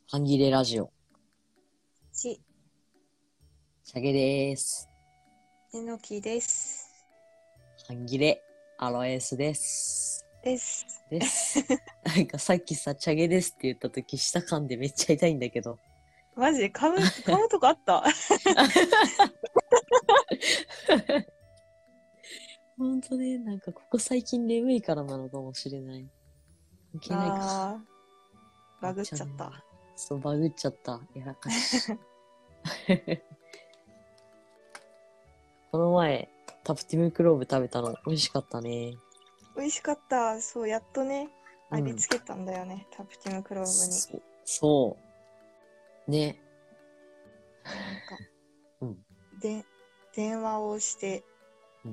半切れラジオ、 ち、 チャゲでーす。 えのきです。 半切れ、アロエスです。 です。 です。なんかさっきさ、チャゲですって言ったとき、舌噛んでめっちゃ痛いんだけど。 マジで噛むとこあったほんとね、なんかここ最近眠いからなのかもしれない。関係ないか。 あー、バグっちゃっめた。 そう、バグっちゃった。やらかし。この前、タプティムクローブ食べたの美味しかったね。 美味しかった。そう、やっとね、 うん。 ありつけたんだよね。タプティムクローブに。 そう。ね。 なんか、 うん。 で、電話をして、 うん。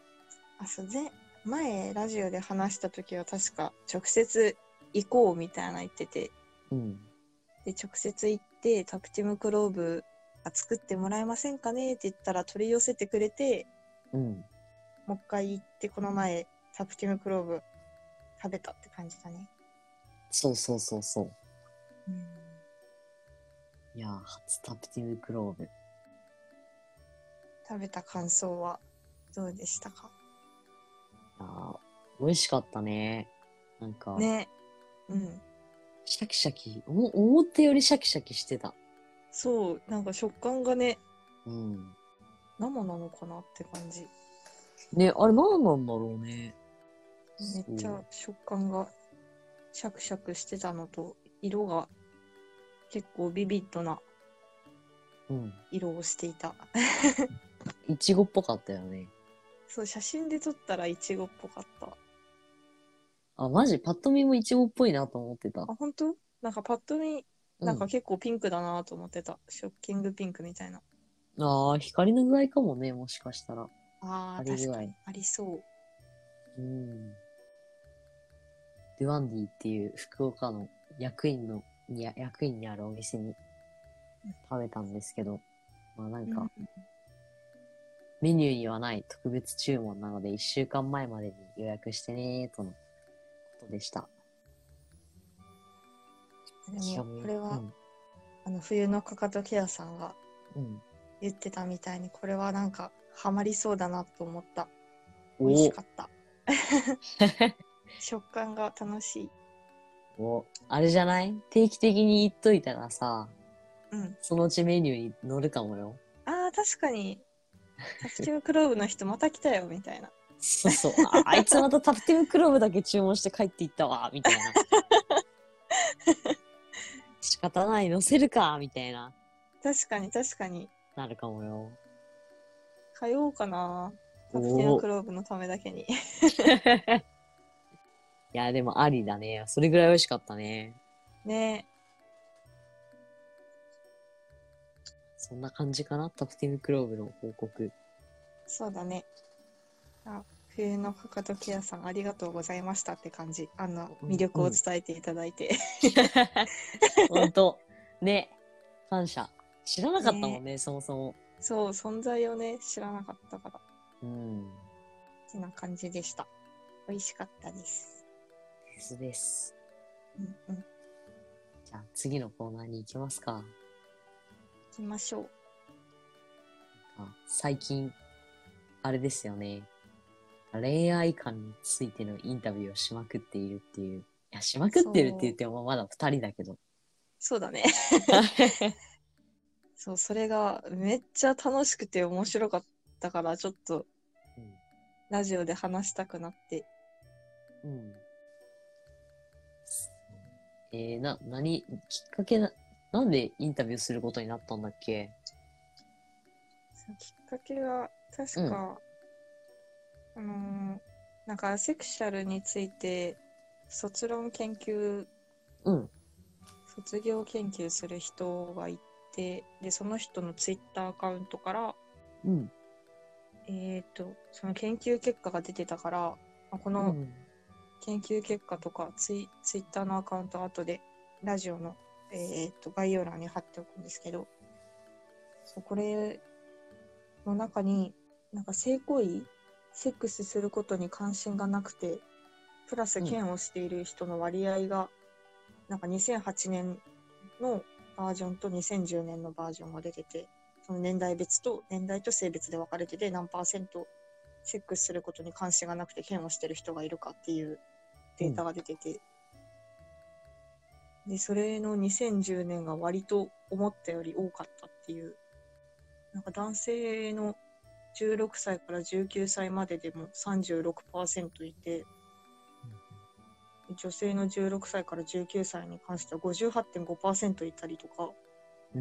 前、ラジオで話した時は確か、直接行こうみたいな言ってて、 うん。 で、直接行って、タプティムクローブ作ってもらえませんかねって言ったら取り寄せてくれて、 うん。 もう一回行ってこの前タプティムクローブ食べたって感じだね。 そうそうそうそう。 うん、 いやー、初タプティムクローブ。 食べた感想はどうでしたか？ いやー、美味しかったね。なんか、 ね。うん。 シャキシャキ、思ったよりシャキシャキしてた。 そう、なんか食感がね、 うん。 生なのかなって感じ。 ね、あれ何なんだろうね。 めっそう。 ちゃ食感がシャクシャクしてたのと、色が結構ビビッドなうん。 色をしていた。 いちごっぽかったよね。 そう、写真で撮ったらイチゴっぽかった。 あ、マジパッと見もいちごっぽいなと思ってた。 あ、本当？なんかパッと見、なんかうん。 結構ピンクだなと思ってた。ショッキングピンクみたいな。 ああ、光の具合かもね、もしかしたら。 ああ、 光り具合。 確かにありそう。 うん。ドゥアンディっていう福岡の役員にあるお店に食べたんですけど、まあなんか、 うん、 メニューにはない特別注文なので、1週間前までに予約してねーとのことでした。 でも、 ちなみに、 これは、 うん、 冬のかかとケアさんがうん。 言ってたみたいに、これはなんか、ハマりそうだなと思った。美味しおかった。食感が楽しい。 お、あれじゃない定期的に言っといたらさ、 うん。 そのうちメニューに載るかもよ。 ああ、確かに、タプティムクローブの人また来たよ、みたいな。 そうそう。あいつまたタプティムクローブだけ注文して帰っていったわ、みたいな。仕方ない、載せるか、みたいな。 確かに、確かに。 なるかもよ。 通おうかな。タプティムおお。 クローブのためだけに。 いや、でもありだね。それぐらい美味しかったね。 ね。 そんな感じかな、タプティムクローブの報告。 そうだね。あ、冬のかかとケアさんありがとうございましたって感じ。魅うん、 力をうん。 伝えていただいて。 ほんと。ね。感謝。知らなかったもね。 んね、そもそも。 そう、存在をね、知らなかったから。 うん。 てな感じでした。美味しかったです。 ですです。 うんうん。 じゃあ次のコーナーに行きますか。 行きましょう。 最近、あれですよね。恋愛観についてのインタビューをしまくっているっていう。いや、しまくってるって言そう、 ってもまだ二人だけど。 そうだね。そう、それがめっちゃ楽しくて面白かったから、ちょっとラジオで話したくなって。 うん。うん。きっかけなんでインタビューすることになったんだっけ？ そのきっかけが、 うん。 確か、あのーなんかアセクシャルについて卒論研究、 うん。 卒業研究する人がいて、で、その人のツイッターアカウントから、 うん。 その研究結果が出てたから、このうん。 研究結果とかツイッターのアカウント後でラジオの、概要欄に貼っておくんですけど、そうこれの中になんか性行為、セックスすることに関心がなくてプラスうん。 嫌悪している人の割合がなんか2008年のバージョンと2010年のバージョンが出てて、その年代と性別で分かれてて、何パーセントセックスすることに関心がなくて嫌悪してる人がいるかっていうデータが出てて、でそれの2010年が割と思ったより多かったっていう。なんか男性の16歳から19歳まででも 36% いて、女性の16歳から19歳に関しては 58.5% いたりとか、 うん。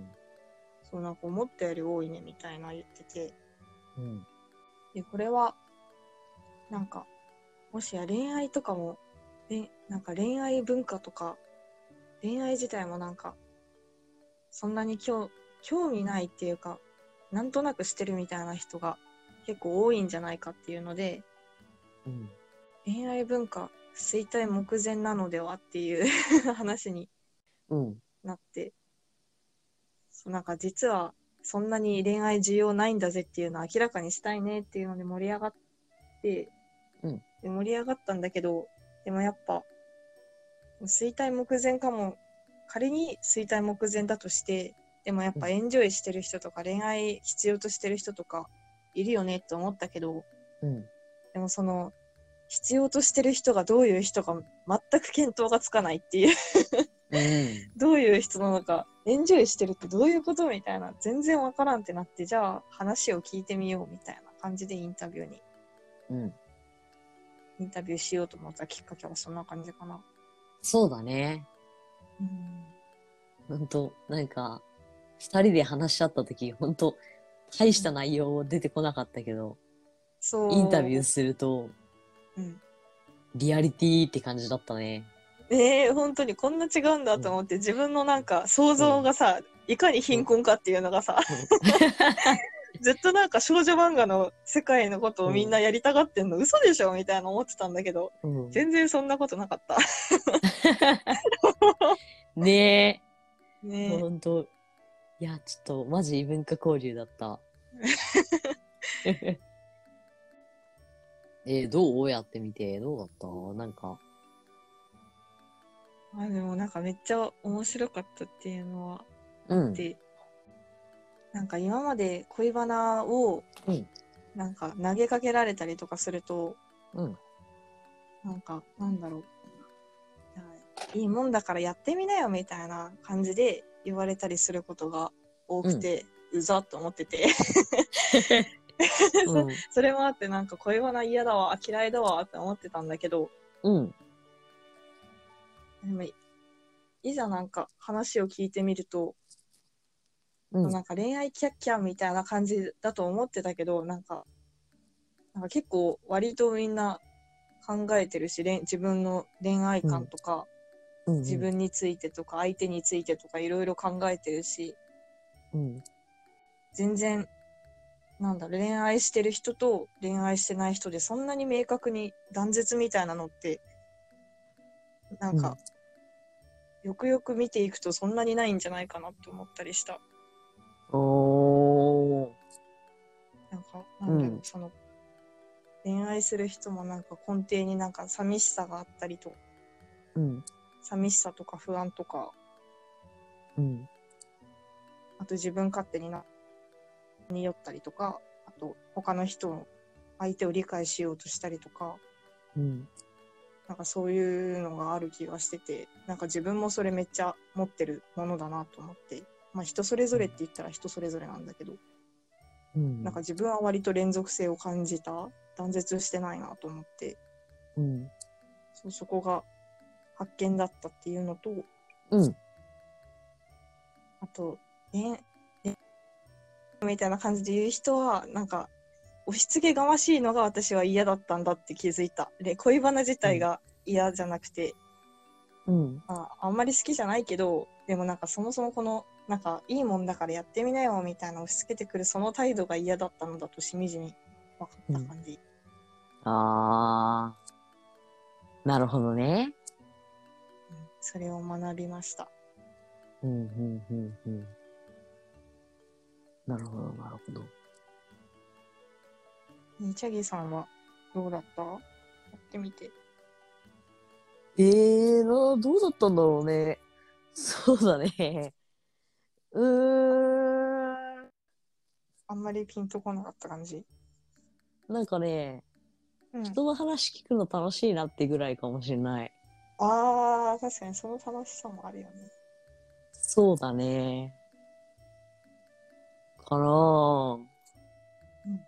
そうなんか思ったより多いねみたいな言ってて、 うん。 でこれはなんかもしや恋愛とかもなんか恋愛文化とか恋愛自体もなんかそんなに興味ないっていうか、なんとなくしてるみたいな人が結構多いんじゃないかっていうので、 うん。 恋愛文化衰退目前なのではっていう話にうん。 なって、そうなんか実はそんなに恋愛需要ないんだぜっていうのを明らかにしたいねっていうので盛り上がって、 うん。 で盛り上がったんだけど、でもやっぱ衰退目前かも、仮に衰退目前だとして、でもやっぱエンジョイしてる人とか恋愛必要としてる人とかいるよねって思ったけど、 うん。 でもその必要としてる人がどういう人か全く見当がつかないっていううん。 どういう人なのか、エンジョイしてるってどういうことみたいな、全然わからんってなって、じゃあ話を聞いてみようみたいな感じでインタビューしようと思ったきっかけはそんな感じかな。 そうだね。 うん。 ほんと、なんか、二人で話し合ったとき、ほんと、大した内容出てこなかったけど、インタビューそすると、 う。うん。 リアリティって感じだったね。 本当にこんな違うんだと思って、自分のなんか想うん。 像がさ、いかに貧困かっていうのがさ、 うん。 ずっとなんか少女漫画の世界のことをみんなやりたがってんの嘘でしょみたいな思ってたんだけど、 うん。 全然そんなことなかった。 ねえ。 ねほんと。いや、ちょっと、マジ異文化交流だった。どうやってみてどうだったなんか。 でもなんかめっちゃ面白かったっていうのはあうん。 って、なんか今まで恋バナをうん。 なんか投げかけられたりとかすると、 うん。 なんかなんだろう、いいもんだからやってみなよみたいな感じで言われたりすることが多くて、うざっと思っててうん。 それもあってなんか恋バナ嫌だわ嫌いだわって思ってたんだけど、 うん。 でもいざなんか話を聞いてみると、 うん。 なんか恋愛キャッキャみたいな感じだと思ってたけど、なんか結構割とみんな考えてるし、自分の恋愛観とか、 うん。 自分についてとか相手についてとかいろいろ考えてるし、 うん。 全然恋愛してる人と恋愛してない人でそんなに明確に断絶みたいなのってなんか、よくよく見ていくとそんなにないんじゃないかなって思ったりした。 おー。 なんかうん。 その恋愛する人もなんか根底になんか寂しさがあったりと、 うん。 寂しさとか不安とか、 うん。 あと自分勝手に酔ったりとか、あと他の人の相手を理解しようとしたりとか、 うん。 なんかそういうのがある気がしてて、なんか自分もそれめっちゃ持ってるものだなと思って、まあ人それぞれって言ったら人それぞれなんだけど、 うん。 なんか自分は割と連続性を感じた、断絶してないなと思って、 うん。 そこが発見だったっていうのと、 うん。 あと、みたいな感じで言う人は、なんか、押し付けがましいのが私は嫌だったんだって気づいた。で、恋バナ自体が嫌じゃなくて、 うん。 あんまり好きじゃないけど、でもなんかそもそもこの、なんかいいもんだからやってみなよみたいな押し付けてくるその態度が嫌だったのだとしみじみ分かった感じ。 あー。なるほどね。 それを学びました。 うん。うん。うん。うん。なるほど、なるほど。 チャギさんはどうだった？やってみて。 どうだったんだろうね。 そうだね。うーん。 あんまりピンとこなかった感じ。 なんかね、 うん。 人の話聞くの楽しいなってぐらいかもしれない。 ああ、確かにその楽しさもあるよね。 そうだね。かなぁ。 うん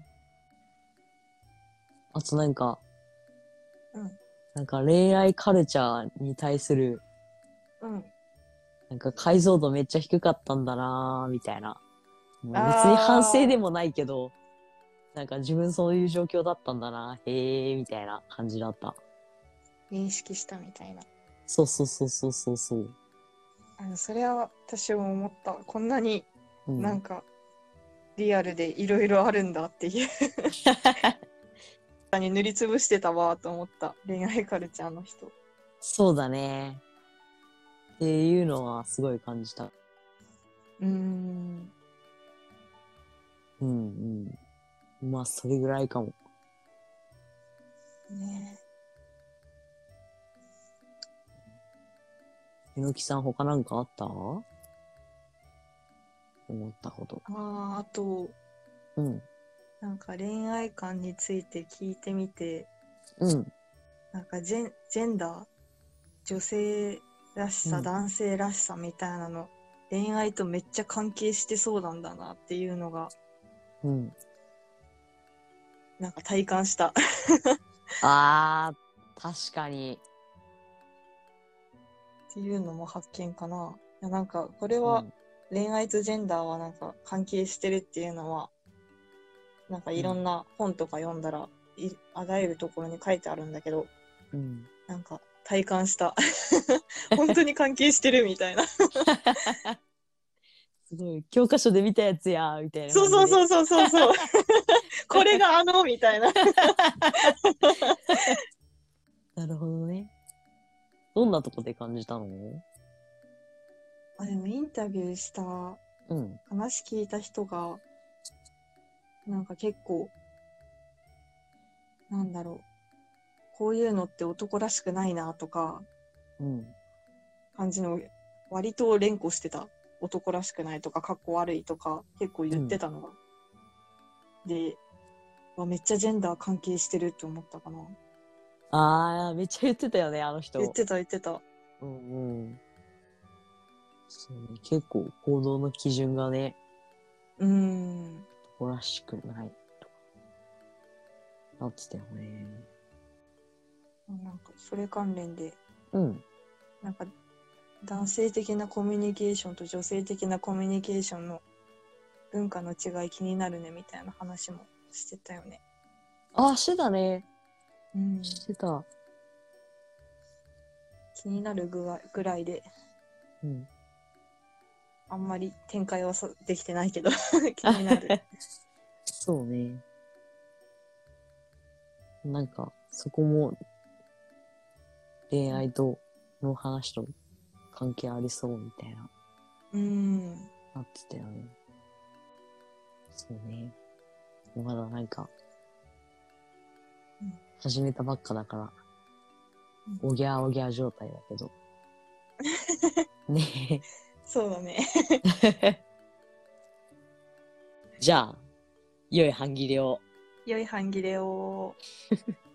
あとなんか、 うんうん。 なんか恋愛カルチャーに対する、 うん。 なんか解像度めっちゃ低かったんだなぁ、みたいな。もう別に反省でああ、 もないけど、なんか自分そういう状況だったんだな、へえ、みたいな感じだった。 認識したみたいな。 そうそうそうそうそうそう。 それは私も思った。こんなにうん。 なんかリアルでいろいろあるんだっていうに塗りつぶしてたわと思った。恋愛カルチャーの人。 そうだね。っていうのはすごい感じた。 うーん。 うんうん。まあ、それぐらいかも。 ねえのきさん他なんかあった思ったこと。 あと、 うん。 なんか恋愛観について聞いてみて、 うん。 なんかジェンダー、女性らしさ、 うん。 男性らしさみたいなの、恋愛とめっちゃ関係してそうなんだなっていうのが、 うん。 なんか体感した。っあー、確かに。 ていうのも発見かな。いやなんか、これはうん。 恋愛とジェンダーはなんか関係してるっていうのは、なんかいろんうん。 な本とか読んだら、あらゆるところに書いてあるんだけど、 うん。 なんか体感した。本当に関係してるみたいな。 すごい。教科書で見たやつやー、みたいなそう感じで。 そうそうそうそうそう。これがみたいな。 なるほどね。どんなとこで感じたの？ でもインタビューしたうん。 話聞いた人が、なんか結構、なんだろう、こういうのって男らしくないなとか、 うん。 感じの、割と連呼してた。男らしくないとか、かっこ悪いとか、結構言ってうん。 たのが。で、めっちゃジェンダー関係してるって思ったかな。 あー、めっちゃ言ってたよね、あの人。 言ってた。 うんうん。そうね。結構行動の基準がね、 うーん。 男らしくないとかなってたよね。 なんか、それ関連で、 うん。 なんか、男性的なコミュニケーションと女性的なコミュニケーションの文化の違い気になるねみたいな話もしてたよね。 あ、してたね。 うん。 してた。 気になるぐらいで、 うん。 あんまり展開はできてないけど気になる。 そうね。なんか、そこも恋愛との話と関係ありそうみたいな、 うん。 なってたよね。そうね。まだなんか、 うん始めたばっかだから、 うんおぎゃーおぎゃー状態だけど。ねそうだね。 え。じゃあ、良い半切れを。 良い半切れを。